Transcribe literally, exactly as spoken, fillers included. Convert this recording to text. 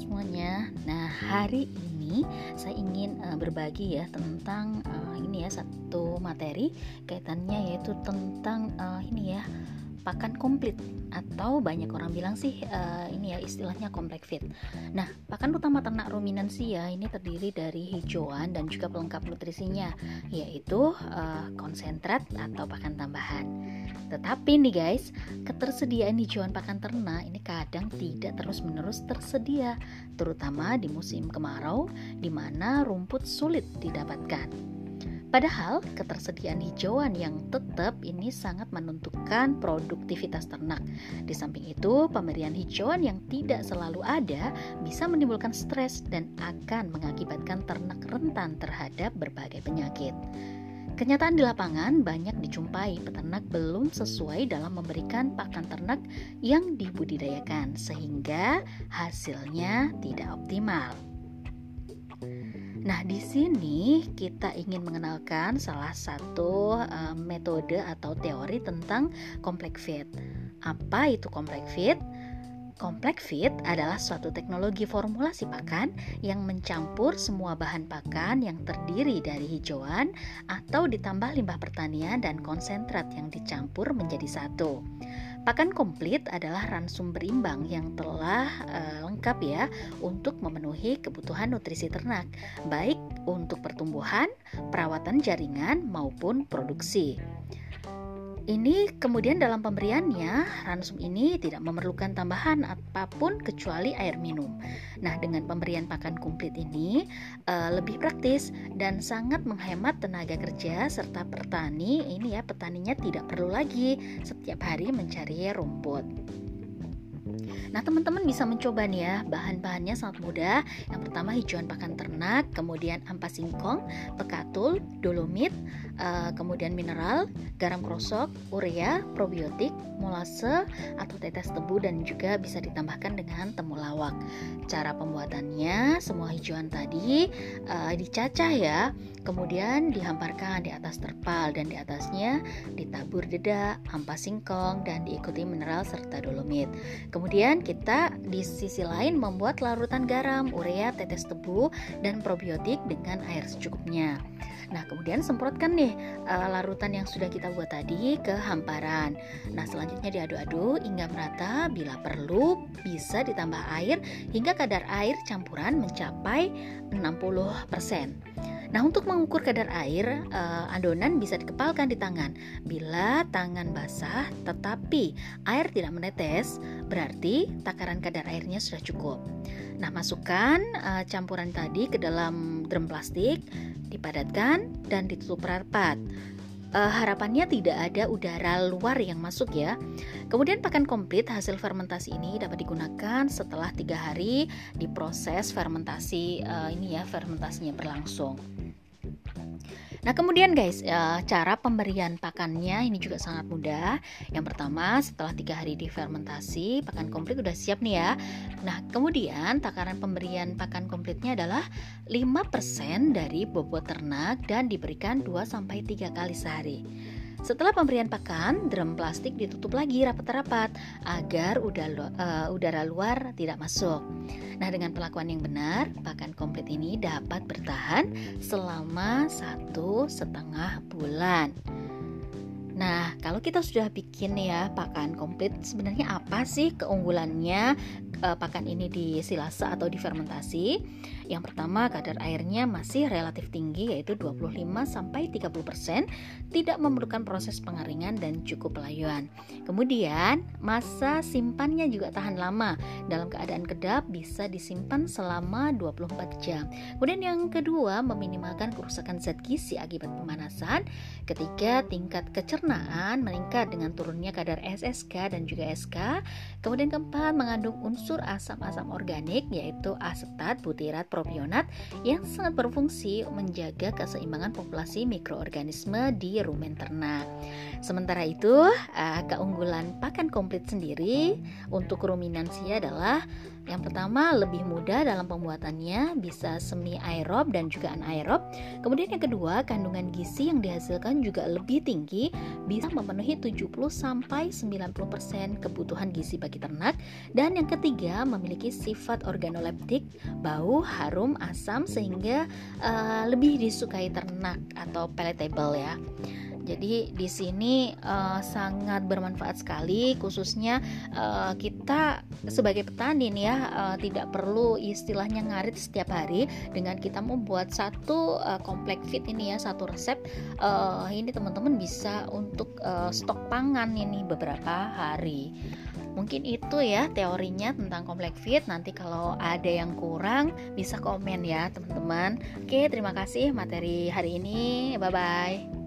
semuanya. Nah, hari ini saya ingin uh, berbagi ya tentang uh, ini ya satu materi kaitannya yaitu tentang uh, ini ya pakan komplit atau banyak orang bilang sih uh, ini ya istilahnya complex feed. Nah, pakan utama ternak ruminansia ini terdiri dari hijauan dan juga pelengkap nutrisinya, yaitu uh, konsentrat atau pakan tambahan. Tetapi nih guys, ketersediaan hijauan pakan ternak ini kadang tidak terus-menerus tersedia, terutama di musim kemarau di mana rumput sulit didapatkan. Padahal ketersediaan hijauan yang tetap ini sangat menentukan produktivitas ternak. Di samping itu, pemberian hijauan yang tidak selalu ada bisa menimbulkan stres dan akan mengakibatkan ternak rentan terhadap berbagai penyakit. Kenyataan di lapangan banyak dijumpai peternak belum sesuai dalam memberikan pakan ternak yang dibudidayakan sehingga hasilnya tidak optimal. Nah, di sini kita ingin mengenalkan salah satu uh, metode atau teori tentang complex feed. Apa itu complex feed? Complex feed adalah suatu teknologi formulasi pakan yang mencampur semua bahan pakan yang terdiri dari hijauan atau ditambah limbah pertanian dan konsentrat yang dicampur menjadi satu. Pakan komplit adalah ransum berimbang yang telah uh, lengkap ya untuk memenuhi kebutuhan nutrisi ternak, baik untuk pertumbuhan, perawatan jaringan maupun produksi. Ini kemudian dalam pemberiannya, ransum ini tidak memerlukan tambahan apapun kecuali air minum. Nah, dengan pemberian pakan komplit ini uh, lebih praktis dan sangat menghemat tenaga kerja serta petani. Ini ya, petaninya tidak perlu lagi setiap hari mencari rumput. Nah, teman-teman bisa mencoba nih ya, bahan-bahannya sangat mudah. Yang pertama hijauan pakan ternak, kemudian ampas singkong, pekatul, dolomit, uh, kemudian mineral, garam krosok, urea, probiotik, molase atau tetes tebu dan juga bisa ditambahkan dengan temulawak. Cara pembuatannya, semua hijauan tadi uh, dicacah ya, kemudian dihamparkan di atas terpal dan di atasnya ditabur dedak, ampas singkong dan diikuti mineral serta dolomit. Kemudian kita di sisi lain membuat larutan garam, urea, tetes tebu, dan probiotik dengan air secukupnya. Nah, kemudian semprotkan nih uh, larutan yang sudah kita buat tadi ke hamparan. Nah, selanjutnya diaduk-aduk hingga merata. Bila perlu, bisa ditambah air hingga kadar air campuran mencapai enam puluh persen. Nah, untuk mengukur kadar air, uh, adonan bisa dikepalkan di tangan. Bila tangan basah tetapi air tidak menetes, berarti takaran kadar airnya sudah cukup. Nah, masukkan uh, campuran tadi ke dalam drum plastik, dipadatkan dan ditutup rapat. Uh, harapannya tidak ada udara luar yang masuk ya. Kemudian pakan komplit hasil fermentasi ini dapat digunakan setelah tiga hari diproses fermentasi uh, ini ya fermentasinya berlangsung. Nah, kemudian guys, cara pemberian pakannya ini juga sangat mudah. Yang pertama, setelah tiga hari difermentasi, pakan komplit udah siap nih ya. Nah, kemudian takaran pemberian pakan komplitnya adalah lima persen dari bobot ternak dan diberikan dua sampai tiga kali sehari. Setelah pemberian pakan, drum plastik ditutup lagi rapat-rapat agar udara, uh, udara luar tidak masuk. Nah, dengan perlakuan yang benar, pakan komplit ini dapat bertahan selama satu setengah bulan. Nah, kalau kita sudah bikin ya pakan komplit, sebenarnya apa sih keunggulannya uh, pakan ini disilase atau difermentasi? Yang pertama, kadar airnya masih relatif tinggi yaitu dua puluh lima sampai tiga puluh persen, tidak memerlukan proses pengeringan dan cukup pelayuan. Kemudian, masa simpannya juga tahan lama. Dalam keadaan kedap bisa disimpan selama dua puluh empat jam. Kemudian yang kedua, meminimalkan kerusakan zat gizi akibat pemanasan. Ketiga, tingkat kecernaan meningkat dengan turunnya kadar S S K dan juga S K. Kemudian keempat, mengandung unsur asam-asam organik yaitu asetat, butirat, propionat yang sangat berfungsi menjaga keseimbangan populasi mikroorganisme di rumen ternak. Sementara itu, uh, keunggulan pakan komplit sendiri untuk ruminansia adalah Yang pertama, lebih mudah dalam pembuatannya, bisa semi aerob dan juga anaerob. Kemudian yang kedua, kandungan gizi yang dihasilkan juga lebih tinggi, bisa memenuhi tujuh puluh sampai sembilan puluh persen kebutuhan gizi bagi ternak. Dan yang ketiga, memiliki sifat organoleptik, bau, harum, asam sehingga uh, lebih disukai ternak atau palatable ya. Jadi di sini uh, sangat bermanfaat sekali, khususnya uh, kita sebagai petani nih ya, uh, tidak perlu istilahnya ngarit setiap hari. Dengan kita membuat satu uh, komplek feed ini ya, satu resep, uh, ini teman-teman bisa untuk uh, stok pangan ini beberapa hari. Mungkin itu ya teorinya tentang komplek feed. Nanti kalau ada yang kurang bisa komen ya teman-teman. Oke, terima kasih materi hari ini. Bye bye.